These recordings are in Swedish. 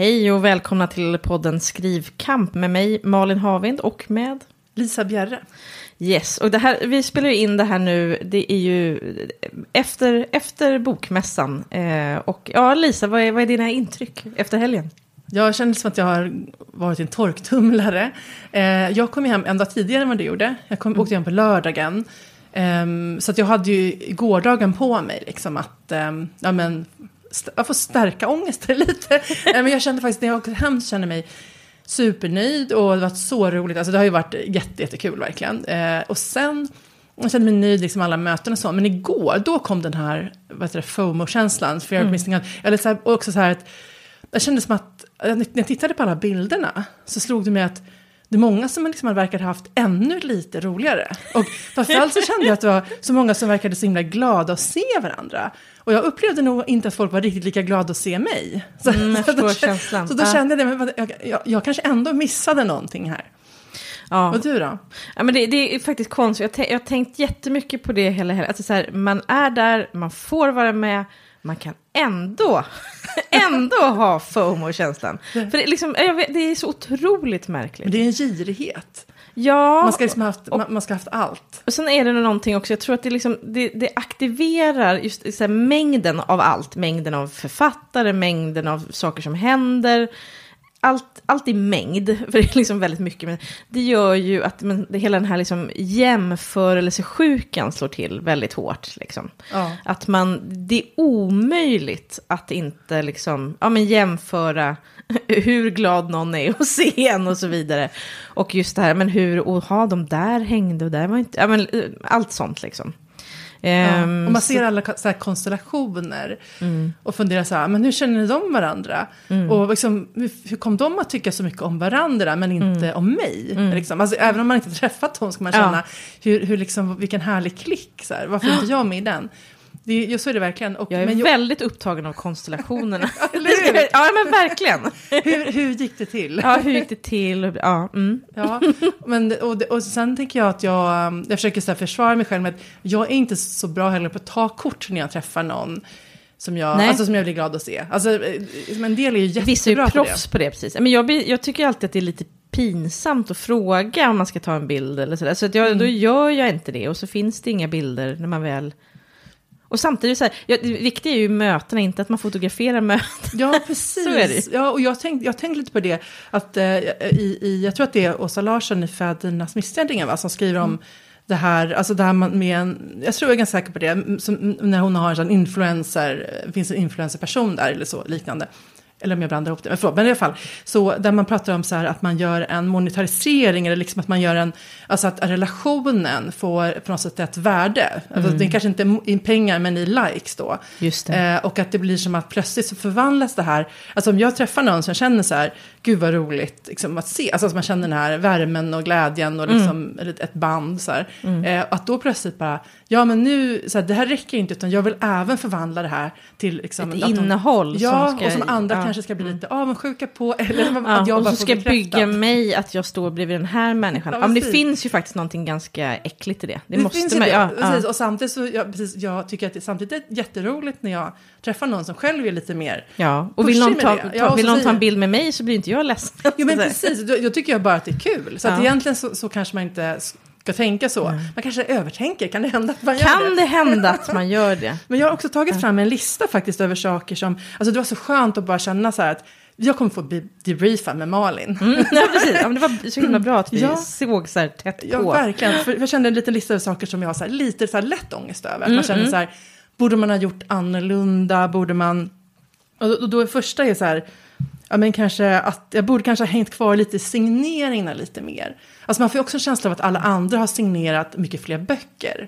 Hej och välkomna till podden Skrivkamp med mig, Malin Havind, och med Lisa Bjerre. Yes, och det här, vi spelar in det här nu, det är ju efter bokmässan. Och ja, Lisa, vad är dina intryck efter helgen? Jag känner som att jag har varit en torktumlare. Jag kom hem en dag tidigare än vad du gjorde. Åkte hem på lördagen. Så att jag hade ju gårdagen på mig liksom att jag får stärka ångesten lite. Men jag kände faktiskt, när jag åkte hem så kände mig supernöjd och det var så roligt. Alltså det har ju varit jättekul verkligen. Och sen jag kände mig nöjd liksom alla möten och så. Men igår, då kom den här FOMO-känslan. Också så här att jag kände som att när jag tittade på alla bilderna så slog det mig att det är många som liksom verkade ha haft ännu lite roligare. Och framförallt så kände jag att det var så många som verkade så himla glada att se varandra. Och jag upplevde nog inte att folk var riktigt lika glada att se mig. Så då kände jag att jag kanske ändå missade någonting här. Ja. Och du då? Ja, men det är faktiskt konstigt. Jag har tänkt jättemycket på det hela. Alltså så här, man är där, man får vara med, man kan ändå ha FOMO-känslan. För det är, liksom, det är så otroligt märkligt. Men det är en girighet. Ja. Man ska liksom man ska haft allt. Och sen är det någonting också, jag tror att det, liksom, det aktiverar just så här, mängden av allt. Mängden av författare, mängden av saker som händer. Allt i mängd, för det är liksom väldigt mycket. Men det gör ju att hela den här liksom jämförelsesjukan slår till väldigt hårt. Liksom. Ja. Att det är omöjligt att inte liksom, jämföra hur glad någon är att se en och så vidare. Och just det här, men de där hängde och där var inte, allt sånt liksom. Och man ser alla så här konstellationer och funderar så här, men hur känner de varandra? Och liksom, hur kom de att tycka så mycket om varandra men inte om mig? Liksom. Alltså, även om man inte träffat dem ska man känna hur liksom, vilken härlig klick. Så här. Varför inte jag med i den? Så är det verkligen. Och, jag är väldigt upptagen av konstellationerna. Ja, men verkligen. Hur gick det till? Ja, hur gick det till? Ja, ja, men, och sen tänker jag att jag försöker så här försvara mig själv med att jag är inte så bra heller på att ta kort när jag träffar någon som jag blir glad att se. Alltså, en del är ju jättebra. Vissa är ju proffs på det, precis. Men jag tycker alltid att det är lite pinsamt att fråga om man ska ta en bild eller sådär. Så att då gör jag inte det. Och så finns det inga bilder när man väl... Och samtidigt så här, det viktiga är ju mötena, inte att man fotograferar möten. Ja, precis. Så är det. Ja, och jag tänkte lite på det, att jag tror att det är Åsa Larsson i Fädernas misständringar som skriver om det här, alltså det här med jag tror jag är ganska säker på det, som, när hon har en sån influencer, finns en influencerperson där eller så liknande. Eller om jag blandar ihop det. Men i alla fall. Så där man pratar om så här att man gör en monetarisering. Eller liksom att man gör alltså att relationen får på något sätt ett värde. Alltså det är kanske inte i pengar men i likes då. Just det. Och att det blir som att plötsligt så förvandlas det här. Alltså om jag träffar någon som känner så här, gud vad roligt liksom, att se. Alltså att man känner den här värmen och glädjen och liksom ett band så här. Att då plötsligt bara, ja men nu, så här, det här räcker inte utan jag vill även förvandla det här till liksom, ett innehåll. Och som andra kanske ska bli lite avundsjuka på. Eller att jag och bara så ska bygga mig att jag står bredvid den här människan. Men det finns ju faktiskt någonting ganska äckligt i det. Det måste man, precis. Och samtidigt så, jag tycker att det samtidigt är jätteroligt när jag träffar någon som själv är lite mer. Ja, och vill någon ta en bild med mig så blir inte jag ledsen. Jo men precis, då tycker jag bara att det är kul. Så att egentligen så kanske man inte ska tänka så. Man kanske övertänker, kan det hända att man gör det? Kan det hända att man gör det? Men jag har också tagit fram en lista faktiskt över saker som, alltså det var så skönt att bara känna så här att jag kommer få debriefa med Malin. Ja, precis. Ja, men det var så himla bra att vi såg så här tätt på. Ja, verkligen. För jag kände en liten lista över saker som jag har så här, lite så här lätt ångest över. Man känner så här, borde man ha gjort annorlunda? Borde man... Och då är första är så här, ja men kanske att jag borde kanske ha hängt kvar lite i signeringarna lite mer. Alltså man får ju också en känsla av att alla andra har signerat mycket fler böcker.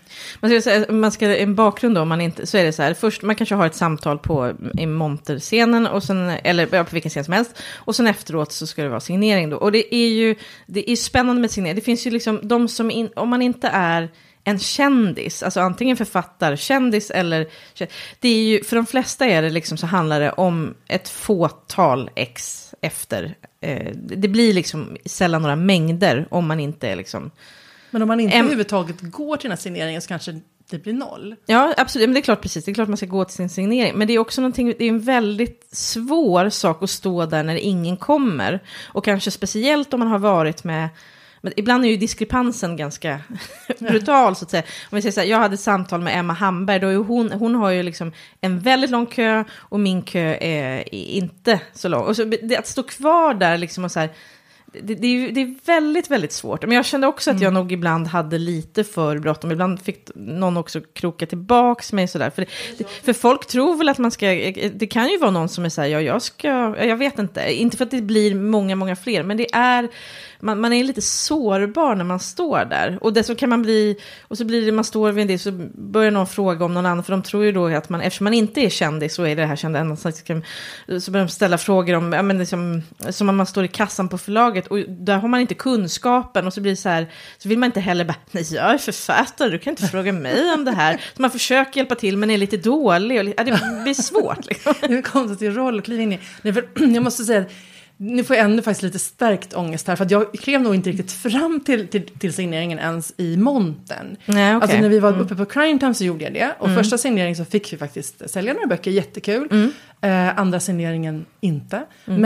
Man ska en bakgrund då, om man inte, så är det så här, först man kanske har ett samtal i monterscenen och sen, eller på vilken scen som helst, och sen efteråt så ska det vara signering då. Och det är spännande med signering. Det finns ju liksom de som om man inte är en kändis, alltså antingen författarkändis eller, det är ju, för de flesta är det liksom, så handlar det om ett fåtal ex efter, det blir liksom sällan några mängder om man inte är liksom. Men om man inte överhuvudtaget går till den här signeringen så kanske det blir 0. Ja, absolut. Men det är klart, precis. Det är klart man ska gå till sin signering. Men det är också någonting, det är en väldigt svår sak att stå där när ingen kommer. Och kanske speciellt om man har varit med... Men ibland är ju diskrepansen ganska brutal, så att säga. Om vi säger så här, jag hade ett samtal med Emma Hamberg, då är hon har ju liksom en väldigt lång kö och min kö är inte så lång. Och så att stå kvar där liksom och så här, det är väldigt, väldigt svårt. Men jag kände också att jag nog ibland hade lite för bråttom. Ibland fick någon också kroka tillbaks mig sådär. För folk tror väl att man ska... Det kan ju vara någon som är så här, jag vet inte. Inte för att det blir många, många fler. Men det är... Man är lite sårbar när man står där. Och dessutom kan man bli... Och så blir det, man står vid det, så börjar någon fråga om någon annan. För de tror ju då att man... Eftersom man inte är kändis, så är det här kända ända. Så börjar de ställa frågor om... Ja, men liksom, som om man står i kassan på förlaget. Och där har man inte kunskapen. Och så blir det så här... Så vill man inte heller bara... Nej, jag är författare. Du kan inte fråga mig om det här. Så man försöker hjälpa till, men är lite dålig. Och, ja, det blir svårt. Liksom. Det är konstigt i roll och kliva in i... Nej, för jag måste säga... Nu får jag ändå faktiskt lite stärkt ångest här. För att jag klev nog inte riktigt fram till signeringen ens i montern. Nej, okay. Alltså när vi var uppe på Crime Time så gjorde jag det. Och första signeringen så fick vi faktiskt sälja några böcker, jättekul. Andra signeringen inte.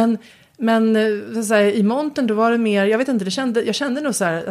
Men så säga, i montern då var det mer, jag vet inte, jag kände nog så här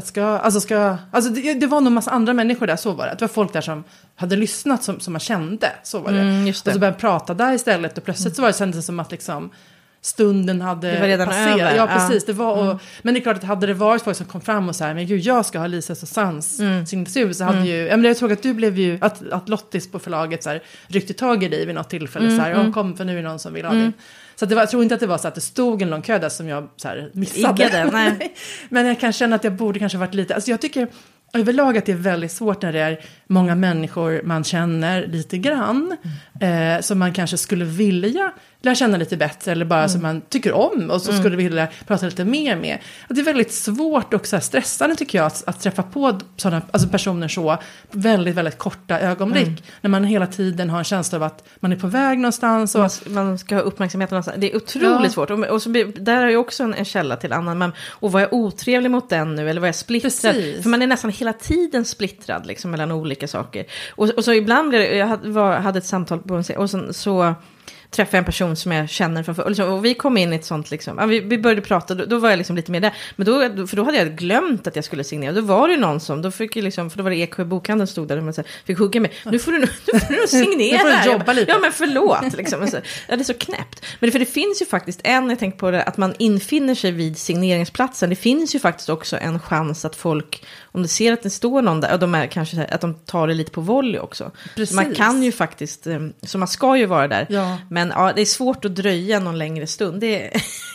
att det var nog massa andra människor där, så var det. Det var folk där som hade lyssnat som man kände, så var det. Just det. Och så började prata där istället och plötsligt så var det, kändes som att liksom stunden hade det var redan passerat. Över. Ja, precis. Det var, men det är klart att hade det varit folk som kom fram och så här, men gud, jag ska ha Lisa Susannes signatur, så hade ju, men jag tror att du blev ju, att Lottis på förlaget så här, ryckte tag i dig vid något tillfälle så här, kom, för nu är det någon som vill ha din. Så att jag tror inte att det var så att det stod en lång kö där som jag så här missade. Nej. Men jag kan känna att jag borde kanske varit lite, alltså jag tycker överlag att det är väldigt svårt när det är många människor man känner lite grann. Som man kanske skulle vilja lära känna lite bättre. Eller bara som man tycker om. Och så skulle vilja prata lite mer med. Och det är väldigt svårt och så här stressande tycker jag. Att träffa på sådana, alltså personer så väldigt, väldigt korta ögonblick. När man hela tiden har en känsla av att man är på väg någonstans. Och man ska ha uppmärksamhet någonstans. Det är otroligt svårt. Och så där är ju också en källa till annan. Men, och var jag otrevlig mot den nu? Eller var jag splittrad? Precis. För man är nästan hela tiden splittrad liksom, mellan olika saker. Och så ibland blev jag hade ett samtal på och så träffade jag en person som jag känner från och vi kom in i ett sånt liksom, vi började prata, då var jag liksom lite mer där, men då hade jag glömt att jag skulle signera, då var det någon som, då fick jag liksom, för då var det Eksjö bokhandeln stod där och man så här, fick hugga mig, nu får du nog signera. Nu får du jobba lite. Ja men förlåt liksom, så, ja, det är så knäppt, men för det finns ju faktiskt jag tänkte på det, att man infinner sig vid signeringsplatsen, det finns ju faktiskt också en chans att folk, om det ser att det står någon där, och de är kanske så här, att de tar det lite på volley också. Precis. Så man kan ju faktiskt, så man ska ju vara där. Ja. Men ja, det är svårt att dröja någon längre stund. Det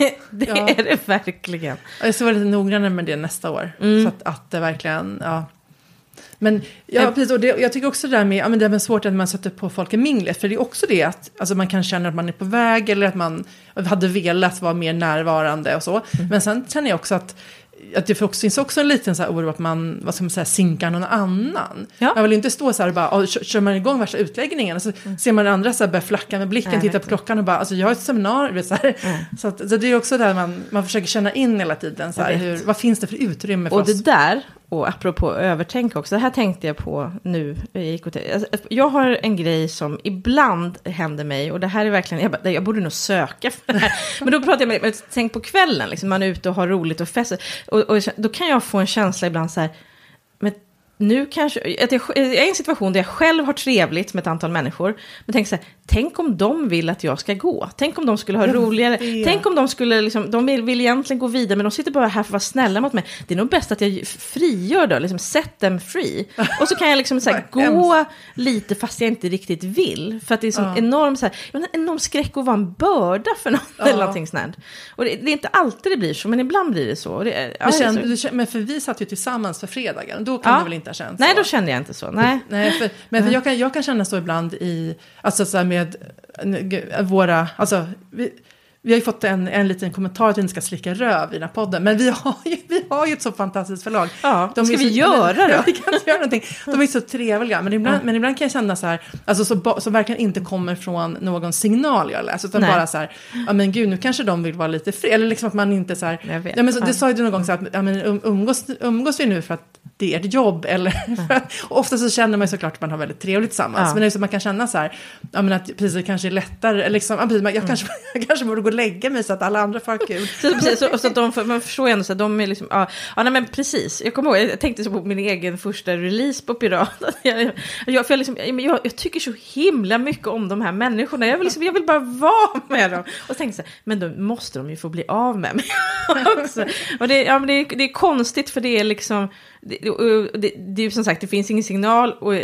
är det verkligen. Jag ska vara lite noggrannare med det nästa år. Så att det verkligen, ja. Men ja, precis, och jag tycker också det där med, det är svårt att man sätter på folk i minglet. För det är också det att alltså man kan känna att man är på väg, eller att man hade velat vara mer närvarande och så. Men sen känner jag också att det finns också en liten så här oro att man, vad ska man säga, sinkar någon annan. Ja. Jag vill inte stå så här och bara, kör man igång värsta utläggningen, och så ser man andra så här börja flacka med blicken, titta på klockan och bara, alltså jag har ett seminarium så här. Så det är också där man försöker känna in hela tiden så här, vad finns det för utrymme för oss? Och det där, och apropå övertänk också, det här tänkte jag på nu i IKT. Alltså, jag har en grej som ibland händer mig, och det här är verkligen, jag borde nog söka för det här. Men då pratar jag med, tänk på kvällen, liksom, man är ute och har roligt och fest, och då kan jag få en känsla ibland så här, men nu kanske, att jag är i en situation där jag själv har trevligt med ett antal människor, men tänk så här, tänk om de vill att jag ska gå, tänk om de skulle ha roligare, tänk om de skulle liksom, de vill egentligen gå vidare, men de sitter bara här för att vara snälla mot mig, det är nog bäst att jag frigör då, liksom set them free, och så kan jag liksom så här, gå lite fast jag inte riktigt vill, för att det är sån enorm så här, en enorm skräck att vara en börda för någon eller någonting sånt. Och det är inte alltid det blir så, men ibland blir det så. Men för vi satt ju tillsammans för fredagen, då kan du väl inte ha känt så? Nej, då kände jag inte så. Nej, för jag kan känna så ibland i, alltså så här med våra, alltså vi har ju fått en liten kommentar att vi inte ska slicka röv i den här podden. Men vi har ju ett så fantastiskt förlag. Ja, de ska vi göra då? Vi kan inte göra någonting. De är så trevliga. Men ibland kan jag känna så här, alltså som verkligen inte kommer från någon signal jag läser. Utan bara så här, ja men gud, nu kanske de vill vara lite fri. Eller liksom att man inte så här, ja men så, det sa ju du någon gång så att, ja men umgås vi nu för att det är ett jobb, eller för att, och ofta så känner man ju såklart att man har väldigt trevligt tillsammans, men det är så man kan känna så här, ja men att precis det kanske är lättare, liksom, jag kanske borde gå och lägga mig så att alla andra får kul. Så att man förstår ändå så att de är liksom, nej men precis, jag kommer ihåg, jag tänkte så på min egen första release på Pirat, jag tycker så himla mycket om de här människorna, jag vill bara vara med dem, och tänkte så här, men då måste de ju få bli av med mig också. Och det är konstigt, för det är liksom det är ju som sagt, det finns ingen signal, och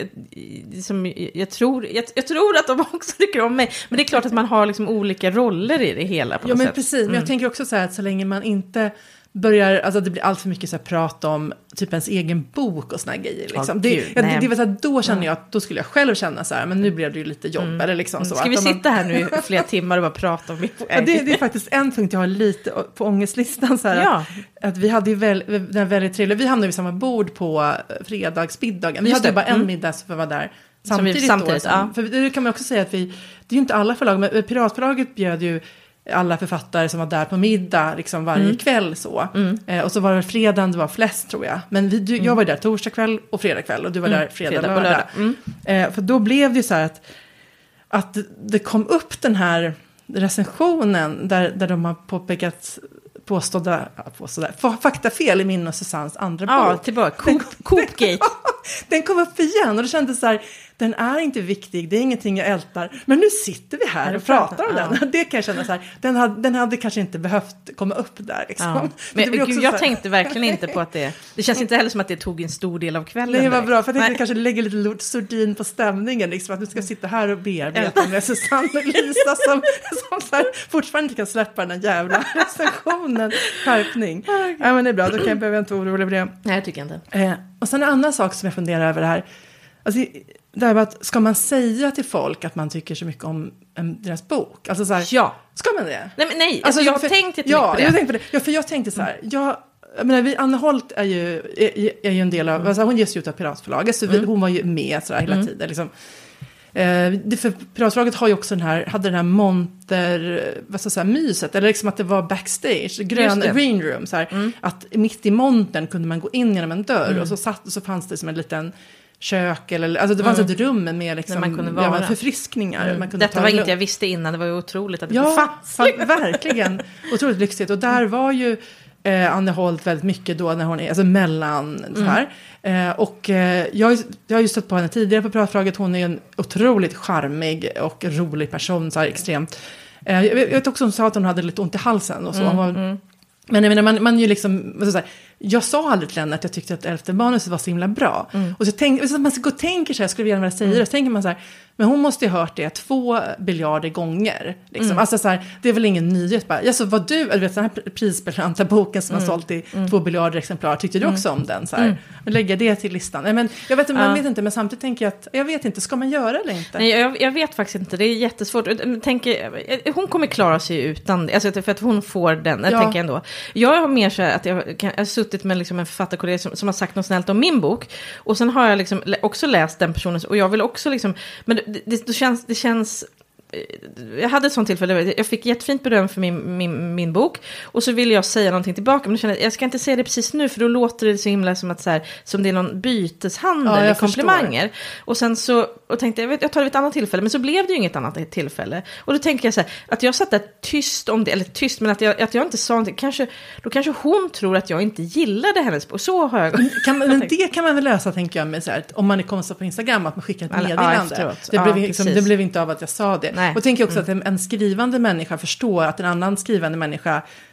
jag tror att de också tycker om mig, men det är klart att man har liksom olika roller i det hela på något sätt. Precis, men jag tänker också så här att så länge man inte börjar, alltså det blir allt för mycket så här prat om typ ens egen bok och såna grejer liksom. Det var så här, då känner jag att då skulle jag själv känna så här, men nu blev det ju lite jobb eller liksom så. Ska vi sitta här nu i flera timmar och bara prata om mitt? Ja, det är faktiskt en punkt jag har lite på ångestlistan så här, att vi hade ju väldigt trevligt, vi hamnade vid samma bord på fredagsmiddagen. Vi hade bara en middag så vi var där samtidigt. För det kan man också säga att det är ju inte alla förlag, men Piratförlaget bjöd ju alla författare som var där på middag liksom varje kväll så. Och så var det fredagen, det var flest tror jag. Men jag var där torsdag kväll och fredag kväll, och du var där fredag och lördag. För då blev det ju så här att det kom upp den här recensionen där de har påpekat påstådda faktafel i min och Susannes andra bok. Ja, tillbaka. Coopgate. Den kom upp igen, och det kändes så här, den är inte viktig, det är ingenting jag ältar, men nu sitter vi här och pratar om den. Det kan jag känna så här, den hade kanske inte behövt komma upp där liksom. Men jag tänkte verkligen inte på att det känns inte heller som att det tog en stor del av kvällen. Det var bra, för jag tänkte kanske lägga lite sordin på stämningen liksom, att du ska sitta här och bearbeta med Susanne och Lisa som så här, fortfarande inte kan släppa den jävla recensionen. Skärpning. Ja, men det är bra, då behöver jag inte vara orolig över det. Nej, jag tycker inte. Och sen en annan sak som jag funderar över det här. Alltså, det här med att, ska man säga till folk att man tycker så mycket om deras bok? Alltså så här, ja. Ska man det? Nej, alltså, jag har tänkt lite på det. Jag tänkte på det. Ja, för jag tänkte så här, jag menar, Anna Holt är ju en del av, alltså, hon ges ut av Piratförlaget, så hon var ju med så här hela tiden liksom. För Piratförlaget har ju också hade den här monter, vad ska jag säga, myset, eller liksom att det var backstage, green room så här, att mitt i montern kunde man gå in genom en dörr, och så fanns det som en liten kök, eller alltså det fanns ett rum med liksom, man kunde vara förfriskningar. Man kunde Detta var inget jag visste innan, det var ju otroligt att det fanns. Verkligen, otroligt lyxigt, och där var ju Anna Holt väldigt mycket då när hon är alltså mellan så här. Och jag har ju stött på henne tidigare på Piratförlaget. Hon är en otroligt charmig och rolig person, så här extremt. Jag vet också, hon sa att hon hade lite ont i halsen och så. Men jag menar, man ju liksom, så här, jag sa aldrig till henne att jag tyckte att 11:e manuset var så himla bra. Och så man ska gå och tänka så här, jag skulle gärna vilja säga det, så tänker man så här, men hon måste ju ha hört det 2 biljarder gånger. Liksom. Alltså så här, det är väl ingen nyhet bara. Ja, så vad du vet, den här prisbelönta boken som har sålt i 2 biljarder exemplar, tyckte du också om den? Så här, lägga det till listan. Nej, men jag vet, man vet inte, men samtidigt tänker jag att, jag vet inte, ska man göra eller inte? Nej, jag vet faktiskt inte, det är jättesvårt. Hon kommer klara sig utan det, alltså för att hon får den, jag tänker ändå. Jag har mer så att jag har suttit med liksom en författarkollega som har sagt något snällt om min bok, och sen har jag liksom också läst den personen, och jag vill också liksom, men det känns jag hade ett sånt tillfälle, jag fick jättefint beröm för min bok, och så ville jag säga någonting tillbaka, men jag kände, jag ska inte säga det precis nu, för då låter det så himla som att så här, som det är någon byteshandel i komplimanger. Förstår. Och sen så tänkte jag tar det vid ett annat tillfälle, men så blev det ju inget annat tillfälle, och då tänker jag så här, att jag satt där tyst om det, eller tyst, men att jag inte sa någonting, då kanske hon tror att jag inte gillade hennes bok, så har jag men det kan man väl lösa, tänker jag, med så här, om man är konstig på Instagram, att man skickar ett meddelande. Det blev inte av att jag sa det. Nej. Och tänker också att en skrivande människa förstår att en annan skrivande människa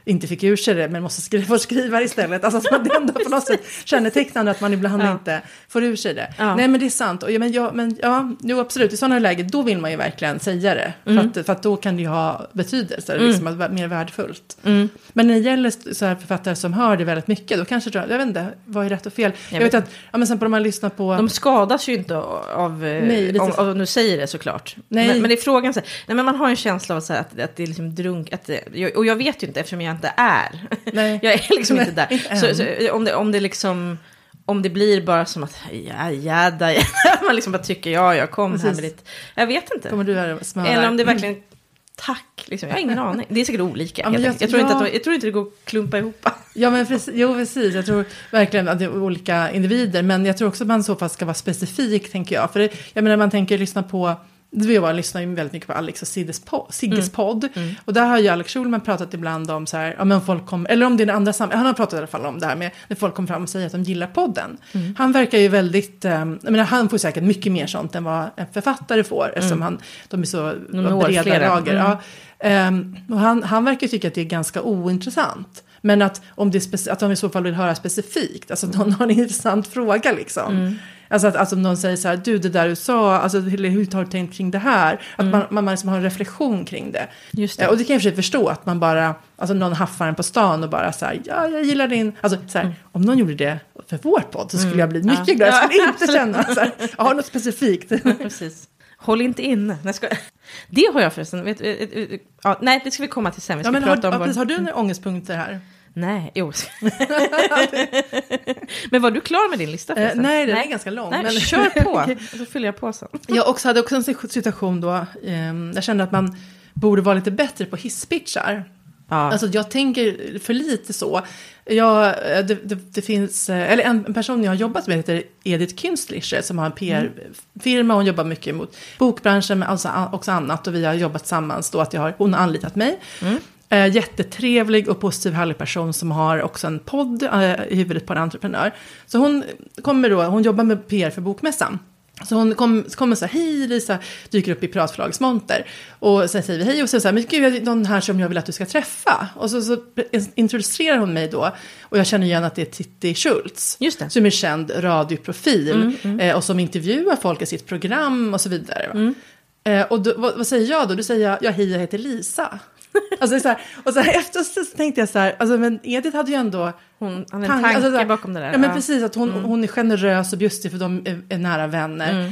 inte fick ur sig det, men måste få skriva istället. Alltså att man ändå på något sätt kännetecknande att man ibland inte får ur sig det. Ja. Nej, men det är sant. Och jo, absolut. I sådana lägen, då vill man ju verkligen säga det. För att då kan det ju ha betydelse, liksom, att vara mer värdefullt. Men när det gäller så här författare som hör det väldigt mycket, då kanske, jag vet inte, vad är rätt och fel? Jag vet att, men sen på de man lyssnar på... De skadas ju inte av om du säger det, såklart. Men det är frågan så här, nej, men man har en känsla av så här, att det är liksom och jag vet ju inte, eftersom jag inte är. Nej. Jag är liksom inte där. Så om det liksom... Om det blir bara som att man liksom bara tycker jag kom här med ditt... Jag vet inte. Kommer du här smöra? Eller om det verkligen... Tack, liksom. Jag har ingen aning. Det är säkert olika. Ja, jag tror inte det går att klumpa ihop. Ja, men precis. Jag tror verkligen att det är olika individer. Men jag tror också att man i så fall ska vara specifik, tänker jag. För jag menar, man tänker lyssna på... Vi lyssnar ju väldigt mycket på Alex och Sigges podd. Och där har ju Alex Schulman pratat ibland om så här, men folk eller om det är en andra han har pratat i alla fall om det här med när folk kommer fram och säger att de gillar podden. Han verkar ju väldigt, han får säkert mycket mer sånt än vad en författare får, eftersom de är så breda lager. Ja. Och han verkar tycka att det är ganska ointressant. Men att att de i så fall vill höra specifikt, alltså någon har en intressant fråga liksom. Alltså om någon säger så här, du, det där du sa, alltså hur har du tänkt kring det här? Att man liksom har en reflektion kring det. Just det. Och det kan jag för sig förstå, att man bara, alltså någon haffar en på stan och bara så här, ja, jag gillar din, alltså så här, om någon gjorde det för vår podd så skulle jag bli mycket glad. Jag skulle inte känna så här, jag har något specifikt. Precis. Håll inte inne. Det har jag förresten. Nej, det ska vi komma till sen. Har du några ångestpunkter här? Nej, jo. Men var du klar med din lista? Nej, den är ganska lång. Nej, men... Kör på, så fyller jag på sen. Jag hade också en situation då, jag kände att man borde vara lite bättre på hisspitchar. Ja. Alltså jag tänker för lite så. Det finns, eller en person jag har jobbat med heter Edith Künstliche, som har en PR-firma. Hon jobbar mycket mot bokbranschen, men också annat. Och vi har jobbat tillsammans då, hon har anlitat mig. Jättetrevlig och positiv, härlig person som har också en podd i huvudet på en entreprenör. Så hon jobbar med PR för Bokmässan. Så hon kommer så här, hej Lisa, dyker upp i Piratförlagets monter. Och sen säger vi hej och så här, men gud, jag är någon här som jag vill att du ska träffa. Och så introducerar hon mig då. Och jag känner igen att det är Titti Schultz. Just det. Som är känd radioprofil. Och som intervjuar folk i sitt program och så vidare. Och då, vad säger jag då? Då säger jag hej, jag heter Lisa. Alltså så här, och så här, efter så tänkte jag så här, alltså, men Edith hade ju ändå hon hade en tanke alltså, bakom det där. Ja, men precis, att hon är generös och bjussig för de är nära vänner.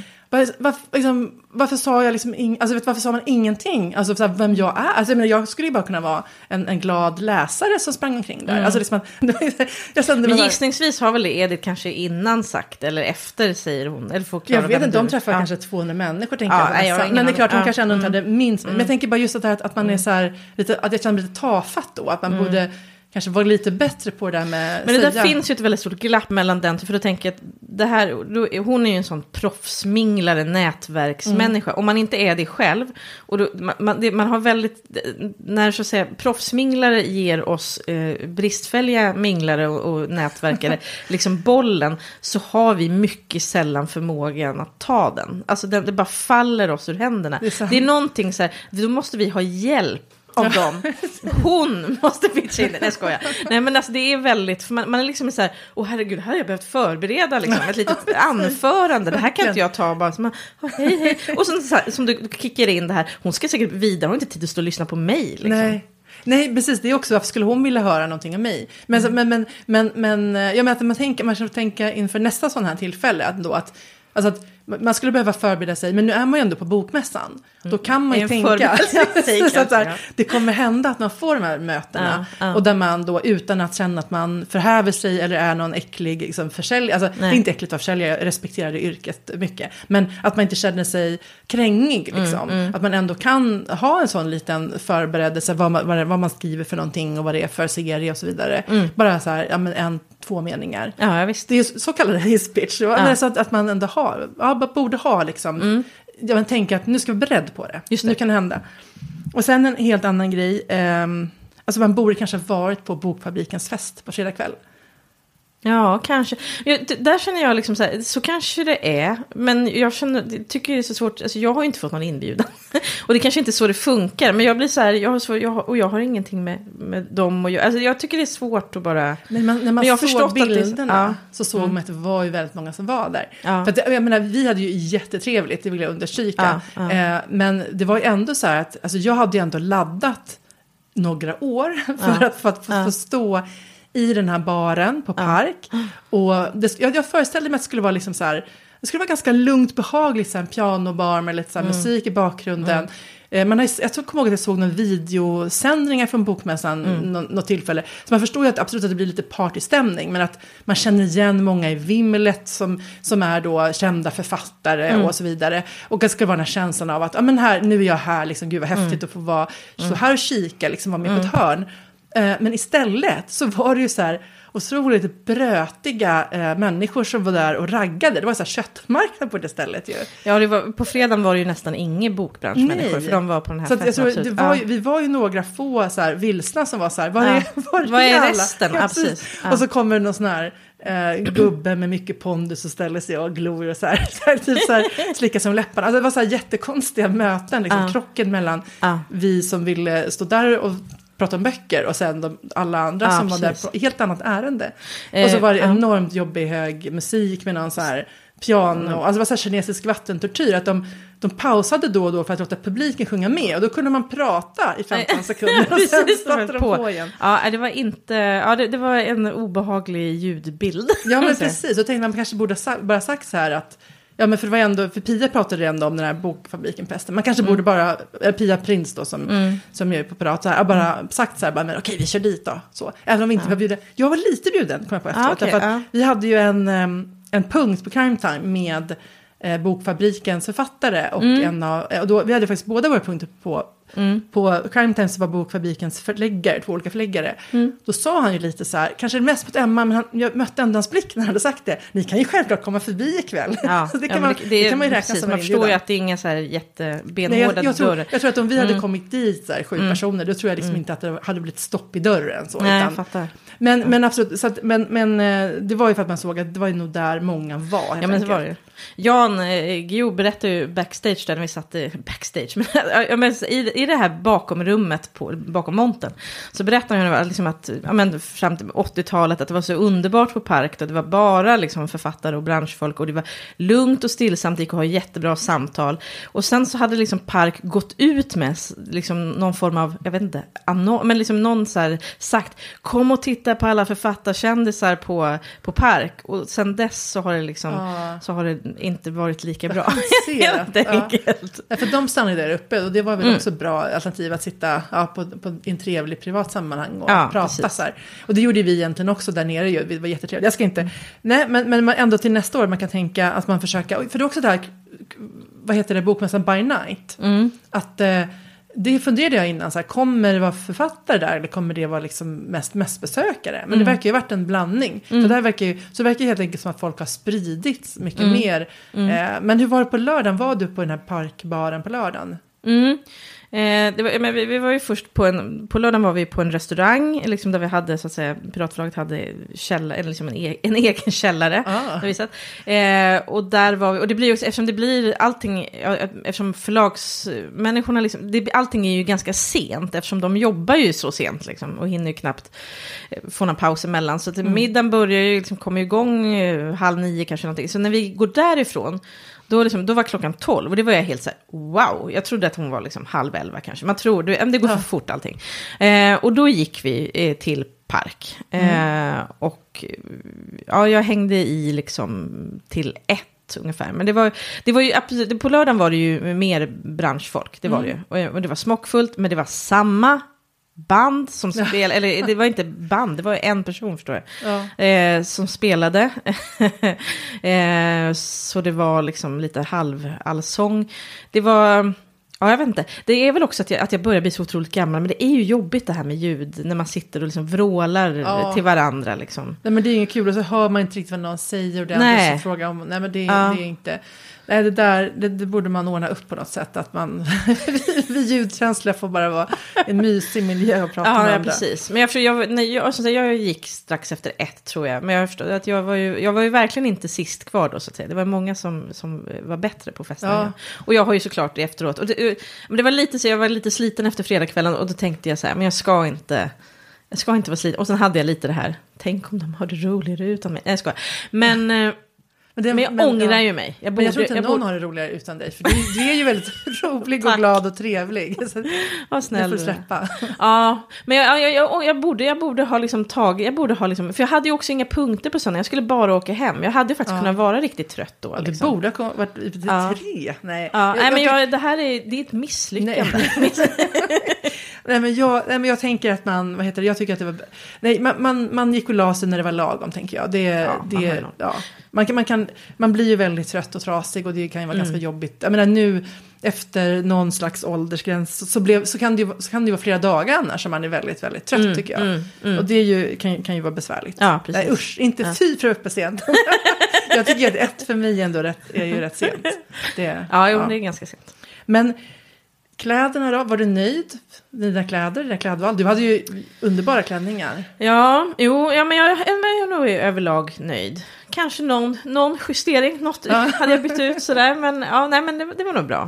Varför sa jag liksom varför sa man ingenting? Alltså så här, vem jag är. Alltså jag skulle ju bara kunna vara en glad läsare som sprang omkring där. Alltså liksom men gissningsvis har väl Edith kanske innan sagt eller efter, säger hon, eller får klara. Jag vet inte, de träffar kanske 200 människor, tänker jag. Men det är klart, hon kanske ändå inte hade minst. Men jag tänker bara just att man är så här lite, att jag känner mig lite tafatt då, att man borde kanske var lite bättre på det där med... Men det där finns ju ett väldigt stort glapp mellan den, för då tänker jag att det här, hon är ju en sån proffsminglare, nätverksmänniska. Om man inte är det själv, och då, man har väldigt, när så att säga proffsminglare ger oss bristfälliga minglare och nätverkare liksom bollen, så har vi mycket sällan förmågan att ta den. Alltså det bara faller oss ur händerna. Det är någonting så här, då måste vi ha hjälp av dem. Hon måste pitcha in det. Nej, skojar. Nej, men alltså det är väldigt, för man är liksom så här, herregud, här har jag behövt förbereda liksom ett litet anförande. Det här kan inte jag ta bara som hej. Och så här, som du kickar in det här, hon ska säkert vidare, hon har inte tid att stå och lyssna på mig liksom. Nej, precis. Det är också, varför skulle hon vilja höra någonting av mig? Men jag menar att man ska tänka inför nästa sån här tillfälle att man skulle behöva förbereda sig, men nu är man ju ändå på Bokmässan. Då kan man ju tänka så att det kommer hända att man får de här mötena. Och där man då, utan att känna att man förhäver sig eller är någon äcklig liksom, försäljare. Alltså, det är inte äckligt av försäljare, jag respekterar det yrket mycket. Men att man inte känner sig krängig. Liksom. Att man ändå kan ha en sån liten förberedelse, vad man skriver för någonting och vad det är för serie och så vidare. Bara så här, 2 meningar. Ja, visst. Det är så kallade hisspitch. Så att man ändå borde ha liksom. Jag tänker att nu ska vi vara beredd på det. Just nu kan det hända. Och sen en helt annan grej. Alltså man borde kanske ha varit på Bokfabrikens fest på fredag kväll. Ja, kanske. Där känner jag liksom så kanske det är. Men jag tycker det är så svårt. Alltså jag har inte fått någon inbjudan. Och det kanske inte är så det funkar. Men jag blir så här, jag har ingenting med dem. Alltså jag tycker det är svårt att bara... Men när man jag såg bilderna så såg man att det var ju väldigt många som var där. Ja. För att, jag menar, vi hade ju jättetrevligt, det vill jag understryka. Men det var ju ändå så här att alltså jag hade ju ändå laddat några år för att få stå i den här baren på Park. Och jag föreställde mig att det skulle vara liksom så här, det skulle vara ganska lugnt, behagligt, så här, en pianobar med lite så här musik i bakgrunden. Jag kommer ihåg att jag såg någon videosändningar från bokmässan något tillfälle. Så man förstår ju att absolut att det blir lite partystämning, men att man känner igen många i vimlet som är då kända författare och så vidare. Och det ska vara den här känslan av att men här, nu är jag här, liksom, gud vad häftigt att få vara så här och kika, liksom vara med på ett hörn. Men istället så var det ju så här otroligt brötiga människor som var där och raggade. Det var så här köttmarknad på det stället ju. Ja, på fredagen var det ju nästan ingen bokbranschmänniskor, för de var på den här festen. Jag tror, vi var ju några få så här vilsna som var så här, vad är resten? Ja, precis. Och så kommer det någon sån här gubbe med mycket pondus och ställer sig och glor och så här slicka som läpparna. Alltså det var så här jättekonstiga möten, liksom, krocken mellan vi som ville stå där och prata om böcker och sen alla andra som var där på helt annat ärende. Och så var det enormt jobbig hög musik med någon så här piano. Alltså det var så här kinesisk vattentortyr. Att de pausade då och då för att låta publiken sjunga med. Och då kunde man prata i 15 sekunder. Och sen startade de på igen. Ja, det var inte... Ja, det var en obehaglig ljudbild. Ja, men precis. Så tänkte man kanske borde bara sagt så här att... Ja, men för det var ändå, för Pia pratade ändå om den här bokfabriken Pesten. Man kanske borde bara, Pia Prins då som gör på Pirat så här, bara sagt så här, bara, men okej, vi kör dit då. Så, även om vi inte var bjuden. Jag var lite bjuden, kom jag på efteråt. För att vi hade ju en punkt på Crime Time med bokfabrikens författare och då, vi hade faktiskt båda våra punkter på Crime Time så var bokfabrikens förläggare, 2 olika förläggare. Då sa han ju lite så här, kanske mest mot Emma, men jag mötte ändå hans blick när han hade sagt det. Ni kan ju självklart komma förbi ikväll. Ja, det kan man ju räkna precis, som man förstår ju att det är inga så här jättebenhårda dörrar. Jag tror att om vi hade kommit dit så här, 7 personer, då tror jag liksom inte att det hade blivit stopp i dörren. Så, nej, jag fattar. Men absolut, så att, men det var ju för att man såg att det var ju nog där många var. Ja, men det var det. Jan Guillou berättade ju backstage där när vi satt backstage. Men i det här bakomrummet bakom montern så berättade han liksom att fram till 80-talet att det var så underbart på Park. Då det var bara liksom författare och branschfolk och det var lugnt och stillsamt, det gick att ha jättebra samtal. Och sen så hade liksom Park gått ut med liksom någon form av, jag vet inte, men liksom någon så här sagt, kom och titta på alla författarkändisar på Park. Och sen dess så har det liksom så har det inte varit lika bra. Helt enkelt. Ja, för de stannade där uppe och det var väl också bra alternativ att sitta på en trevlig privat sammanhang och prata så här. Och det gjorde vi egentligen också där nere ju. Det var jättetrevligt. Jag ska inte... Nej, men ändå till nästa år man kan tänka att man försöker... För det är också det här, vad heter det, bokmässan By Night. Att... det funderade jag innan, så här, kommer det vara författare där eller kommer det vara liksom mest besökare? Men det verkar ju ha varit en blandning. Så det verkar helt enkelt som att folk har spridits mycket mer. Men hur var det på lördagen? Var du på den här parkbaren på lördagen? Vi var ju först på lördagen var vi på en restaurang liksom där vi hade så att säga, Piratförlaget hade liksom en egen källare där vi satt. Och där var vi, och det blir ju också, eftersom det blir allting, eftersom förlagsmänniskorna liksom, allting är ju ganska sent eftersom de jobbar ju så sent liksom och hinner ju knappt få någon paus emellan, så att middagen börjar ju liksom, kommer igång 8:30 kanske någonting, så när vi går därifrån då var klockan 12 och det var jag helt så här, wow, jag trodde att hon var liksom 10:30 kanske. Man tror, det går för fort allting. Och då gick vi till Park. Och jag hängde i liksom till 1 ungefär. Men det var ju absolut, på lördagen var det ju mer branschfolk, det var det ju. Och det var smockfullt, men det var samma band som spelade, eller det var inte band, det var en person förstår jag, som spelade. Så det var liksom lite allsång. Det var, jag vet inte, det är väl också att jag börjar bli så otroligt gammal, men det är ju jobbigt det här med ljud, när man sitter och liksom vrålar till varandra liksom. Nej, men det är inget kul, och så hör man inte riktigt vad någon säger och det är andra som frågar om, nej men det är inte. Nej, det borde man ordna upp på något sätt. Att man vid ljudkänsla får bara vara en mysig miljö och prata med andra. Ja, precis. Men jag gick strax efter 1 tror jag. Men jag förstod att jag var ju verkligen inte sist kvar då så att säga. Det var många som var bättre på festen. Ja. Och jag har ju såklart det efteråt. Men det var lite så jag var lite sliten efter fredagskvällen och då tänkte jag så här, men jag ska inte vara sliten. Och sen hade jag lite det här, tänk om de har det roligare utan mig. Nej, jag skojar. Men jag ångrar ju mig. Jag tror inte någon har det roligare utan dig. För du är ju väldigt rolig och glad och trevlig. Så vad snäll. Det får släppa. Ja, men jag borde ha liksom tagit... för jag hade ju också inga punkter på sådana. Jag skulle bara åka hem. Jag hade ju faktiskt kunnat vara riktigt trött då. Liksom. Du borde ha varit i 3. Nej, det här är ett misslyckande. Nej, men jag tänker att jag tycker att det var... Nej, man gick och la sig när det var lagom, tänker jag. Man blir ju väldigt trött och trasig och det kan ju vara ganska jobbigt. Jag menar nu efter någon slags åldersgräns så kan det ju vara flera dagar annars som man är väldigt, väldigt trött tycker jag. Och det är ju, kan ju vara besvärligt. Ja, precis. Nej, usch, inte fy för uppe sent. Jag tycker att 1 för mig ändå är ju rätt sent. Det är ganska sent. Men kläderna då, var du nöjd? Dina klädval? Du hade ju underbara klänningar. Men jag är nog överlag nöjd. Kanske någon justering, något hade jag bytt ut sådär, men det var nog bra.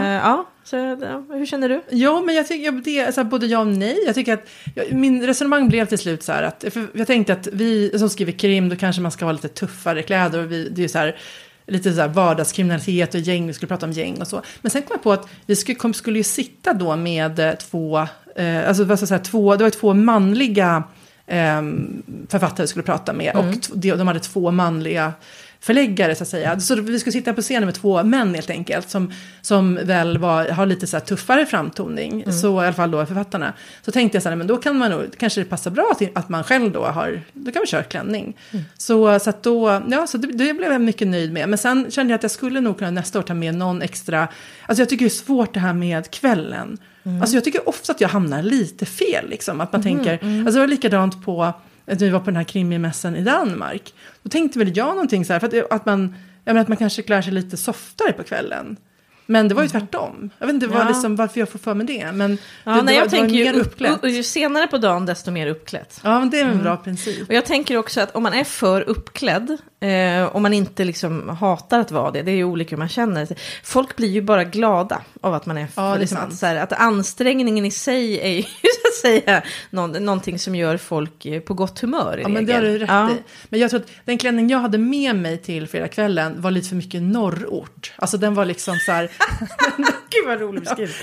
Hur känner du? Ja, men jag tycker det så både ja och nej. Jag tycker att min resonemang blev till slut så här att för jag tänkte att vi som skriver krim, då kanske man ska ha lite tuffare kläder och det är ju så här lite så här vardagskriminalitet och gäng, vi skulle prata om gäng och så. Men sen kom jag på att vi skulle ju sitta då med två det var 2 manliga författare vi skulle prata med och de hade 2 manliga förläggare så att säga. Så vi skulle sitta på scenen med 2 män helt enkelt som väl har lite så här tuffare framtoning. Så i alla fall då författarna. Så tänkte jag så här, men då kan man nog, kanske det passar bra till att man själv då kan vi köra klänning. Så att då, det blev jag mycket nöjd med. Men sen kände jag att jag skulle nog kunna nästa år ta med någon extra, alltså jag tycker det är svårt det här med kvällen. Alltså jag tycker ofta att jag hamnar lite fel liksom. Att man tänker, alltså det var likadant på att vi var på den här krimimässan i Danmark. Då tänkte väl jag någonting så här, för att man kanske klär sig lite softare på kvällen. Men det var ju tvärtom. Jag vet inte varför jag får för mig det. Men jag tänker ju mer uppklätt. Ju senare på dagen desto mer uppklätt. Ja, men det är en bra princip. Och jag tänker också att om man är för uppklädd, om man inte liksom hatar att vara det är ju olika hur man känner. Folk blir ju bara glada av att man är för, liksom, att ansträngningen i sig är ju så att säga någonting som gör folk på gott humör. Ja, men det har du rätt i. Men jag tror att den klänning jag hade med mig till fredagskvällen var lite för mycket norrort. Alltså den var liksom så här... Gud vad roligt beskrivet.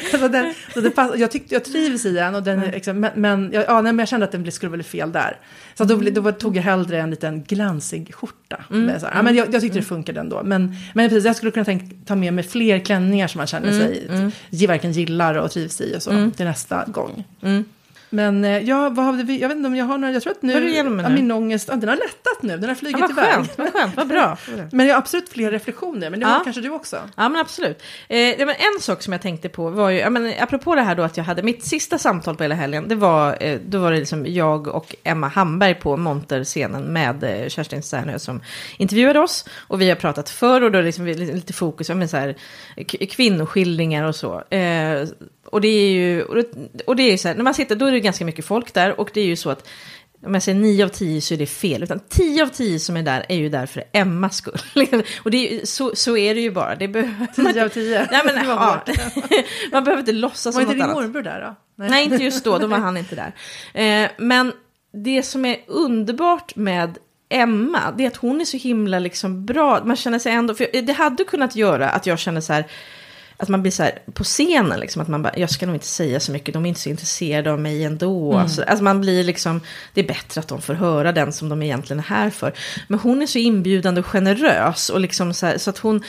Jag trivs i den och den liksom, men jag kände att den skulle bli fel där. Så då tog jag hellre en liten glansig skjorta. Men jag tyckte det funkade ändå. Men precis, jag skulle kunna ta med mig fler klänningar som man känner sig verkligen gillar och trivs i och så till nästa gång. Men vad hade vi? Jag vet inte om jag har några. Jag tror att nu min ångest, den har lättat nu. Den har flugit iväg. Vad skönt, vad bra. Men jag har absolut fler reflektioner. Men det har kanske du också. Ja, men absolut. Men en sak som jag tänkte på var ju, apropå det här då att jag hade mitt sista samtal på hela helgen. Då var det liksom jag och Emma Hamberg på Monterscenen med Kerstin Särnö som intervjuade oss. Och vi har pratat förr och då liksom lite fokus på så här kvinnoskildringar och så. Och det är ju så här, när man sitter, då är det ganska mycket folk där. Och det är ju så att, om jag säger 9 av 10 så är det fel. Utan 10 av 10 som är där är ju där för Emmas skull. Och det är ju, så är det ju bara. 10 av 10? Nej, men, man behöver inte låtsas som något annat. Var inte din morbror där då? Nej, inte just då var han inte där. Men det som är underbart med Emma, det är att hon är så himla liksom bra. Man känner sig ändå, för det hade kunnat göra att jag känner så här, att man blir så här på scenen liksom, att man bara, jag ska nog inte säga så mycket, de är inte så intresserade av mig ändå. Alltså man blir liksom, det är bättre att de får höra den som de egentligen är här för. Men hon är så inbjudande och generös och liksom så här, så att hon,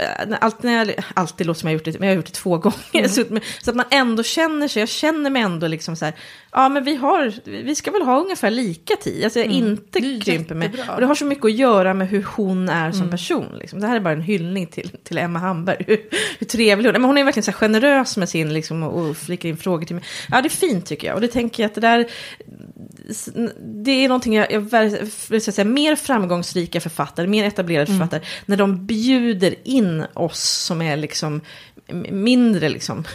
alltid låter som jag har gjort det, men jag har gjort det 2 gånger. Så att man ändå känner sig, jag känner mig ändå liksom så här, ja men vi ska väl ha ungefär lika tid. Alltså jag inte krymper mig. Och det har så mycket att göra med hur hon är som person. Liksom. Det här är bara en hyllning till Emma Hamberg. Hur trevlig hon är. Men hon är verkligen så här generös med sin liksom, och flikar in frågor till mig. Ja, det är fint tycker jag. Och det tänker jag att det är någonting jag vill säga, mer framgångsrika författare, mer etablerade författare, när de bjuder in oss som är liksom mindre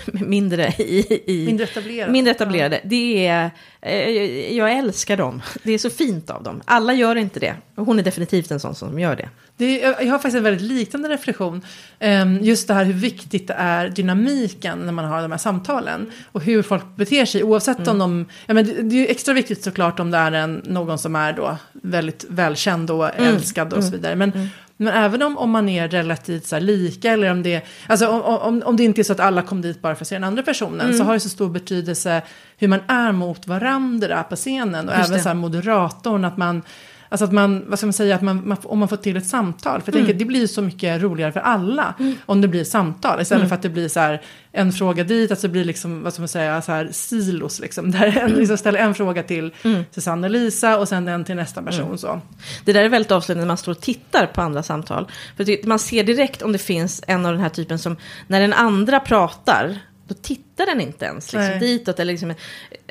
etablerade. Det är, jag älskar dem. Det är så fint av dem. Alla gör inte det. Och hon är definitivt en sån som gör det. Jag har faktiskt en väldigt liknande reflektion. Just det här hur viktigt det är dynamiken när man har de här samtalen. Och hur folk beter sig. Oavsett om de... Ja, men det är ju extra viktigt såklart om det är någon som är då väldigt välkänd och älskad och så vidare. Men även om man är relativt så här lika, eller om det, alltså om det inte är så att alla kom dit bara för att se den andra personen, så har det så stor betydelse hur man är mot varandra på scenen. Och just även så här moderatorn, att man, vad ska man säga, om man får till ett samtal. För jag tänker, det blir så mycket roligare för alla om det blir samtal. Istället för att det blir så här en fråga dit, att det blir liksom, vad ska man säga, så här silos liksom. Där en liksom ställer en fråga till Susanne och Lisa och sen en till nästa person. Så. Det där är väldigt avslöjande när man står och tittar på andra samtal. För man ser direkt om det finns en av den här typen som, när den andra pratar, då tittar den inte ens liksom, ditåt. Eller liksom,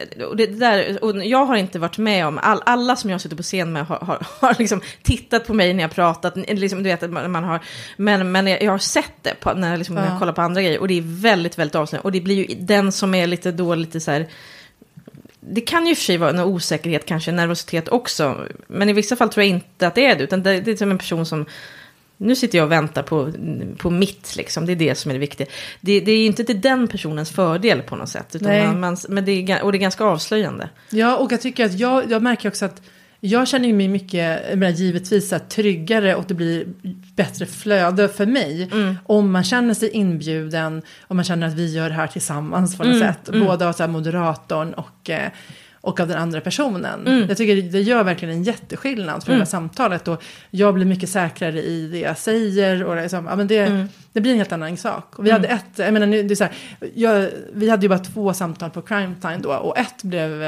och jag har inte varit med om, alla som jag sitter på scen med har liksom tittat på mig när jag pratat. Liksom, du vet, man har, men jag har sett det när jag kollar på andra grejer. Och det är väldigt, väldigt avslöjande. Och det blir ju den som är lite så här... Det kan ju för sig vara en osäkerhet, kanske nervositet också. Men i vissa fall tror jag inte att det är det. Utan det är som en person som... Nu sitter jag och väntar på mitt, liksom. Det är det som är det viktiga. Det är inte till den personens fördel på något sätt. Utan men det är ganska avslöjande. Ja, och jag tycker att jag märker också att jag känner mig mycket, givetvis tryggare, och det blir bättre flöde för mig om man känner sig inbjuden, om man känner att vi gör det här tillsammans på något sätt. Både av så här moderatorn och av den andra personen. Jag tycker det gör verkligen en jätteskillnad för det här samtalet. Och jag blir mycket säkrare i det jag säger. Och det blir en helt annan sak. Och vi hade vi hade ju bara 2 samtal på Crime Time då. Och ett blev...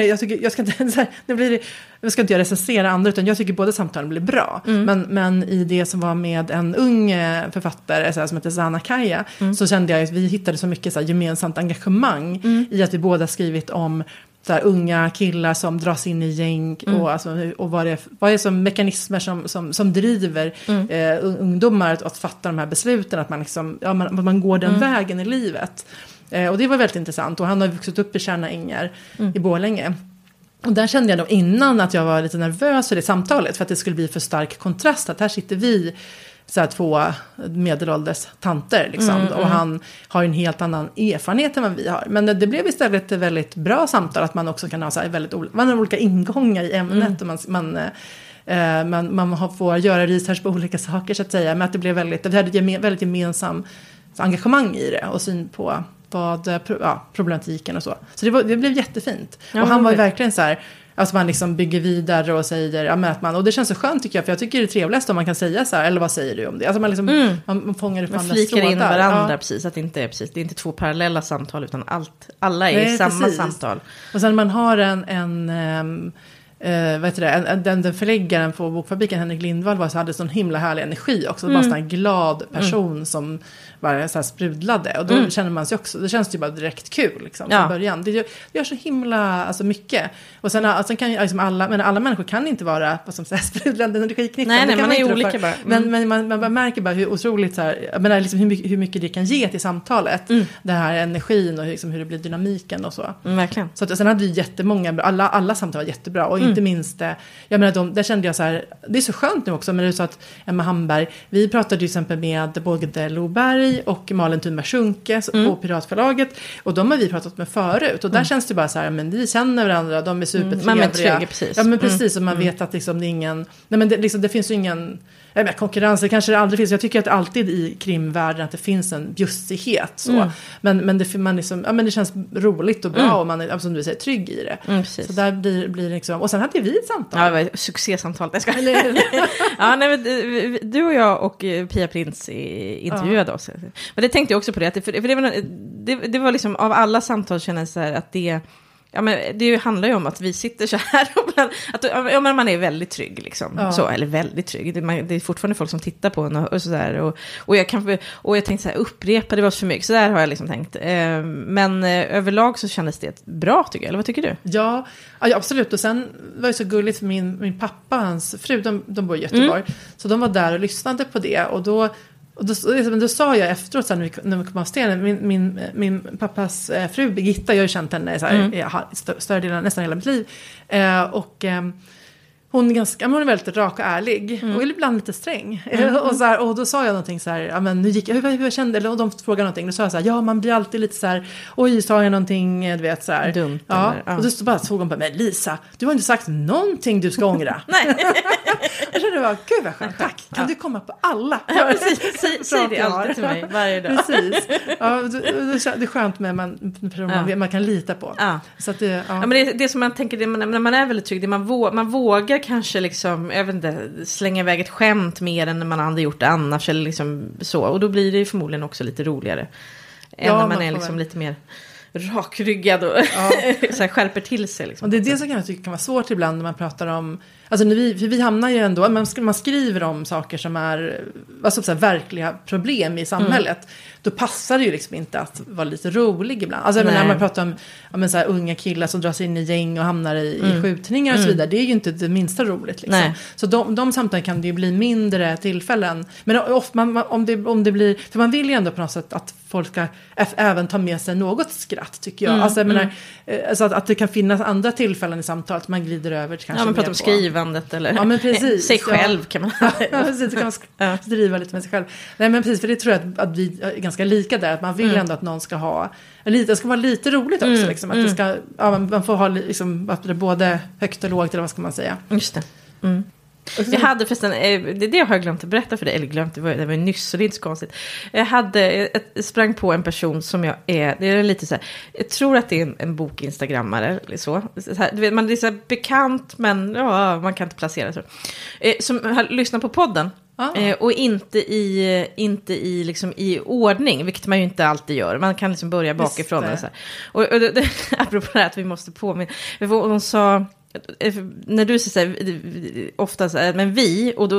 Jag ska inte recensera andra, utan jag tycker båda samtalen blev bra. Men i det som var med en ung författare som heter Zana Kaya, så kände jag att vi hittade så mycket så här gemensamt engagemang i att vi båda skrivit om så här unga killar som dras in i gäng och vad är som mekanismer som driver ungdomar att fatta de här besluten, att man liksom, man går den vägen i livet. Och det var väldigt intressant, och han har vuxit upp i Tjärna Ängar i Borlänge. Och där kände jag då innan att jag var lite nervös för det samtalet, för att det skulle bli för stark kontrast, att här sitter vi så här 2 medelålders tanter liksom. Och han har en helt annan erfarenhet än vad vi har. Men det blev istället ett väldigt bra samtal, att man också kan ha så här man har olika ingångar i ämnet, och man får göra research på olika saker, så att säga. Men att det blev väldigt gemensam engagemang i det, och syn på problematiken och så. Så det blev jättefint. Ja, och han var ju verkligen så här, alltså man liksom bygger vidare och säger och det känns så skönt, tycker jag, för jag tycker det är trevligast om man kan säga så här, eller vad säger du om det? Alltså man liksom man fångar upp andra flikar in varandra, precis, att det inte är det är inte 2 parallella samtal, utan alla är i samma samtal. Och sen man har den förläggaren på Bokfabriken, Henrik Lindvall, hade sån himla härlig energi också. Bara sån här glad person som bara så här sprudlade. Och då känner man sig också, det känns ju bara direkt kul liksom, från början. Det gör så himla mycket. Och sen kan ju liksom alla människor kan inte vara vad som säger sprudlande energiknippen. Nej, man är olika bara. Men man märker bara hur otroligt så här, jag menar, liksom hur mycket det kan ge till samtalet. Det här energin och liksom hur det blir dynamiken och så. Verkligen. Så att, sen hade vi jättemånga, alla samtal var jättebra, och inte minst jag menar, där kände jag så här, det är så skönt nu också, men det är så att Emma Hamberg, vi pratade till exempel med Både Loberg och Malin Thunberg Schunke på Piratförlaget, och de har vi pratat med förut, och där känns det bara så här, men vi känner varandra, de är supertrevliga. Precis. Ja, men precis, och man vet att liksom, det är ingen, nej men det finns ju ingen konkurrens, det kanske det aldrig finns. Jag tycker att alltid i krimvärlden att det finns en bjussighet så. Men det känns roligt och bra, och man är, som du säger, trygg i det. Så där blir liksom, och sen hade vi ett samtal. Ja, det var ett succésamtal. Du och jag och Pia Prins intervjuade oss. Men det tänkte jag också på det, för det var liksom, av alla samtal känner jag så här att ja, men det handlar ju om att vi sitter så här och men man är väldigt trygg liksom. Så, eller väldigt trygg. Det är fortfarande folk som tittar på en och sådär. Och jag tänkte så här, upprepa det var för mycket. Så där har jag liksom tänkt. Men överlag så kändes det bra tycker jag. Eller vad tycker du? Ja, absolut. Och sen var det så gulligt för min pappa och hans fru, de bor i Göteborg. Så de var där och lyssnade på det. Och då sa jag efteråt så här, när vi kom av stenen, min pappas fru Birgitta, jag har ju känt henne så här, större delen, nästan hela mitt liv. Hon är väldigt rak och ärlig. Och ibland lite sträng. Och då sa jag någonting så här, ja men nu gick jag, hur jag kände, eller de frågade någonting. Då sa jag så här, ja man blir alltid lite så här, oj sa jag någonting, du vet så här. Dumt. Ja. Eller, och då bara såg hon på mig, Lisa, du har inte sagt någonting du ska ångra. Nej. Jag kände bara, gud vad skönt, tack. Kan du komma på alla? Ja, precis. Säg det alltid till mig varje dag. Precis. Ja, det är skönt med man kan lita på. Ja. Så att det, ja, men det som man tänker, när man är väldigt trygg, det man vågar kanske liksom, jag vet inte, slänga iväg ett skämt mer än när man hade gjort det annars eller liksom så. Och då blir det förmodligen också lite roligare. Än när man är liksom lite mer rakryggad och så här, skärper till sig. Liksom. Och det är det som jag tycker kan vara svårt ibland när man pratar om, alltså när vi hamnar ju ändå, man skriver om saker som är alltså, så här, verkliga problem i samhället. Då passar det ju liksom inte att vara lite rolig ibland. Alltså när man pratar om så här, unga killar som dras in i gäng och hamnar i skjutningar och så vidare. Det är ju inte det minsta roligt liksom. Nej. Så de samtalen kan det ju bli mindre tillfällen. Men ofta, om det blir, för man vill ju ändå på något sätt att folk ska även ta med sig något skratt tycker jag. Alltså jag menar, alltså att det kan finnas andra tillfällen i samtalet man glider över kanske. Ja, man pratar om skrivandet eller men precis, sig själv kan man. Ja, precis, så kan man driva lite med sig själv. Nej men precis, för det tror jag att vi är ganska lika där, att man vill ändå att någon ska ha det ska vara lite roligt också liksom, att det ska, man får ha liksom både högt och lågt eller vad ska man säga. Just det. Jag hade förresten, det har jag glömt att berätta för dig, eller glömt, det var nyss så det är inte så konstigt. Jag sprang på en person som det är lite så här, jag tror att det är en bokinstagrammare eller så här, du vet, man är så här bekant men man kan inte placera så. Som har lyssnat på podden. Och inte i liksom i ordning, vilket man ju inte alltid gör. Man kan liksom börja bakifrån och så här. Och apropå det här att vi måste påminna. Hon sa, när du säger ofta så här, men vi, och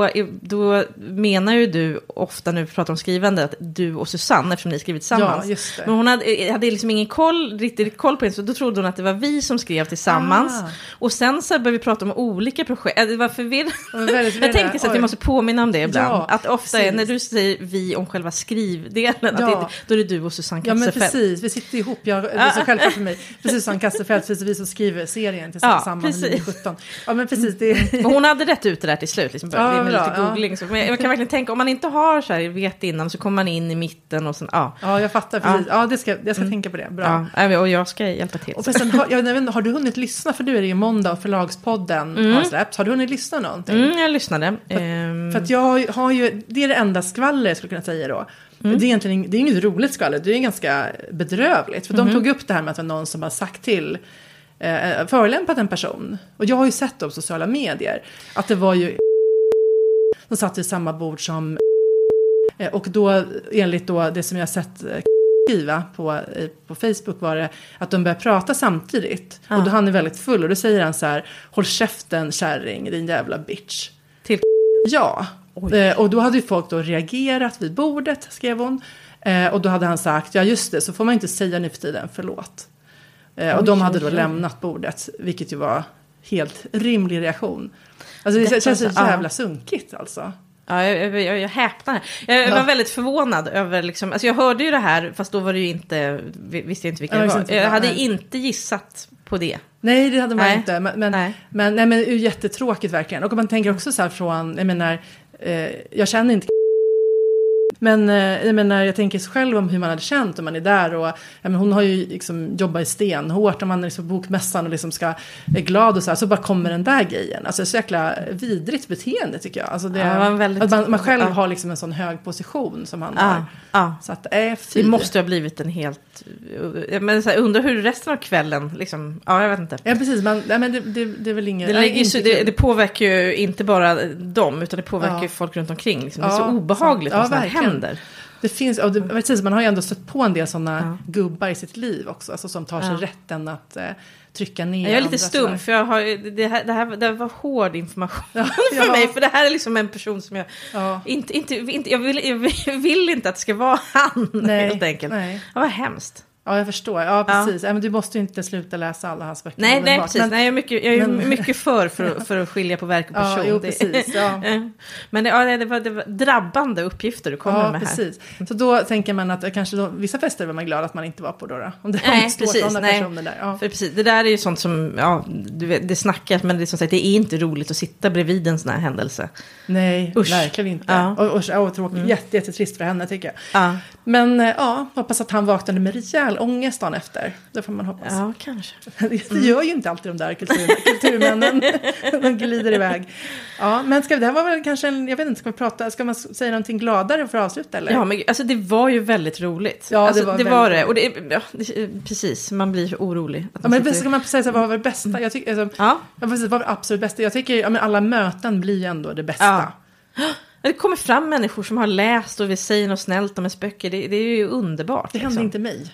då menar ju du ofta när vi pratar om skrivande att du och Susanne, eftersom ni skrivit tillsammans. Ja, just det. Men hon hade liksom ingen riktigt koll på det, så då trodde hon att det var vi som skrev tillsammans. Och sen så började vi prata om olika projekt. Det var förvirrande. Jag tänkte så att jag måste påminna om det ibland. Ja, att ofta när du säger vi om själva skrivdelen, att då är det du och Susanne Kasselfeld. Ja, men precis. Vi sitter ihop. Det är så självklart för mig. Precis, Susanne Kasselfeld, precis, vi som skriver serien tillsammans. Precis. 17. Ja, men precis. Det. Hon hade rätt ut det där till slut. Liksom, med lite googling. Så. Men jag kan verkligen tänka, om man inte har så här, vet innan, så kommer man in i mitten och sen, Ja, jag fattar. Precis. Ja, jag ska tänka på det. Bra. Ja, och jag ska hjälpa till. Och sen, har du hunnit lyssna? För du är det ju måndag och Förlagspodden har släppts. Har du hunnit lyssna någonting? Jag lyssnade. För att jag har ju, det är det enda skvaller jag skulle kunna säga då. Det är egentligen, det är inget roligt skvaller. Det är ganska bedrövligt. För de tog upp det här med att det var någon som har sagt till förolämpat en person. Och jag har ju sett på sociala medier att det var ju de satt i samma bord som och då enligt då det som jag sett skriva på Facebook var det att de började prata samtidigt. Och då han är väldigt full och då säger han så här: håll käften kärring, din jävla bitch. Ja. Och då hade ju folk då reagerat vid bordet, skrev hon. Och då hade han sagt, ja just det, så får man inte säga nu för tiden, förlåt. Och de hade då lämnat bordet, vilket ju var helt rimlig reaktion. Alltså det känns så jävla sunkigt alltså. Ja, jag häpnar. Jag var väldigt förvånad över liksom, alltså jag hörde ju det här, fast då var det ju inte, visste jag inte vilka det var. Jag hade inte gissat på det. Nej, det hade man inte. Men det är jättetråkigt verkligen. Och man tänker också så här från, jag menar, jag känner inte. Men jag tänker själv om hur man hade känt om man är där. Och, hon har ju liksom jobbat i stenhårt. Om man är liksom på bokmässan och liksom är glad och så bara kommer den där grejen. Alltså så jäkla vidrigt beteende tycker jag. Alltså det, att man själv har liksom en sån hög position som han har. Så att det måste ha blivit en helt... Men så här, undrar hur resten av kvällen liksom... Ja, jag vet inte. Ja, precis. Men det är väl inget... Det påverkar ju inte bara dem, utan det påverkar ju folk runt omkring. Liksom. Det är så obehagligt vad som händer. Det finns, och precis, man har ju ändå stött på en del sådana gubbar i sitt liv också. Alltså som tar sig rätten att trycka ner. Jag är lite stum för jag har, det var hård information för mig. För det här är liksom en person som jag jag vill inte att det ska vara han helt enkelt. Nej. Det var hemskt. Ja, jag förstår. Ja, precis. Men du måste ju inte sluta läsa alla hans böcker. Nej, precis. Nej, jag är mycket för att skilja på verk och person. Ja, jo, precis. Ja. Men det var drabbande uppgifter du kommer med precis. Här. Så då tänker man att kanske vissa fester var man glad att man inte var på då. Om det står sådana personer där. Ja. För precis. Det där är ju sånt som, det snackas, men det är som sagt, det är inte roligt att sitta bredvid en sån här händelse. Nej, verkligen inte. Och tråkigt. Jättetrist för henne, tycker jag. Ja. Men hoppas att han vaknade med rejäl ångest dagen efter. Det får man hoppas. Ja, kanske. Det gör ju inte alltid de där kulturmännen. De glider iväg. Ja, men det här var väl kanske jag vet inte, ska man säga någonting gladare för att avsluta, eller? Ja, men alltså det var ju väldigt roligt. Ja, alltså, det var det. Och precis, man blir orolig. Men ska man säga så vad var det bästa? Jag tycker, precis, vad var det absolut bästa? Jag tycker, alla möten blir ändå det bästa. Ja. Det kommer fram människor som har läst och vill säga något snällt om ens böcker. Det är ju underbart. Det hände inte mig.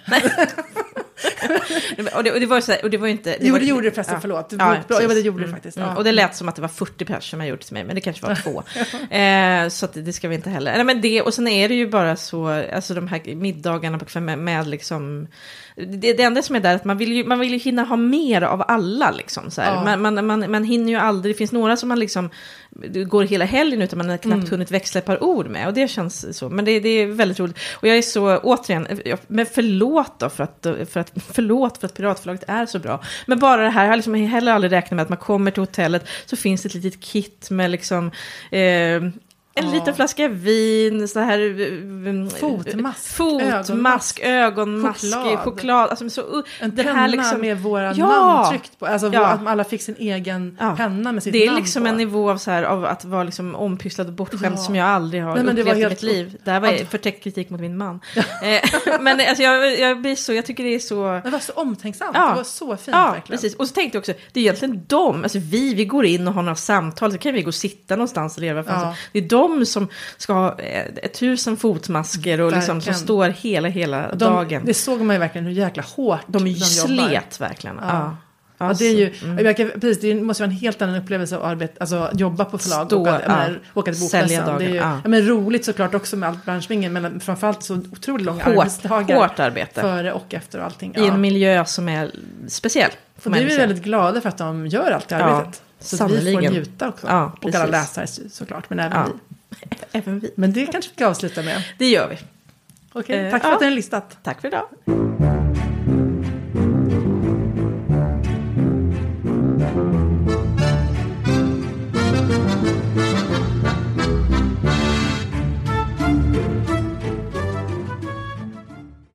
och det var så här, och det var ju inte... det gjorde det förresten, förlåt. Det gjorde det faktiskt. Och det lät som att det var 40 personer som jag gjorde till mig, men det kanske var 2. Så att det ska vi inte heller. Nej, men och sen är det ju bara så, alltså de här middagarna på kvällen med liksom... Det enda som är där är att man vill ju hinna ha mer av alla liksom, så här. Man hinner ju aldrig, det finns några som man liksom går hela helgen utan man har knappt hunnit växla ett par ord med, och det känns så, men det är väldigt roligt. Och jag är så, återigen, men förlåt då för att Piratförlaget är så bra, men bara det här, jag har liksom heller aldrig räknat med att man kommer till hotellet så finns det ett litet kit med liksom en liten flaska vin, så här fotmask, ögonmask, choklad, alltså så en penna här liksom, med våra namn tryckt på, alltså att alla fick sin egen penna med sitt namn. Det är liksom en nivå av så här, av att vara liksom ompysslad och bortskämd som jag aldrig har upplevt i mitt liv. Det här var förtäckt kritik mot min man. Men alltså jag blir så, jag tycker det är så... Det var så omtänksamt, det var så fint verkligen. Precis. Och så tänkte jag också, det är egentligen alltså vi går in och har några samtal, så kan vi gå och sitta någonstans och leva. Det är de som ska ha 1000 fotmasker och liksom, som står hela dagen. Det såg man ju verkligen hur jäkla hårt de slet verkligen. Ja, det är ju, precis, det måste vara en helt annan upplevelse att arbeta, alltså jobba på förlag och åka till bokmässan. Det är ju roligt såklart också med allt branschvingen, men framförallt så otroligt långa arbetsdagar. Hårt arbete. Före och efter och allting. I en miljö som är speciell. Och vi är väldigt glada för att de gör allt det arbetet. Så att vi får njuta också. Och alla läsare såklart, men även vi. Även vi. Men det kanske vi ska avsluta med. Det gör vi. Okej, tack för att du har listat. Tack för idag.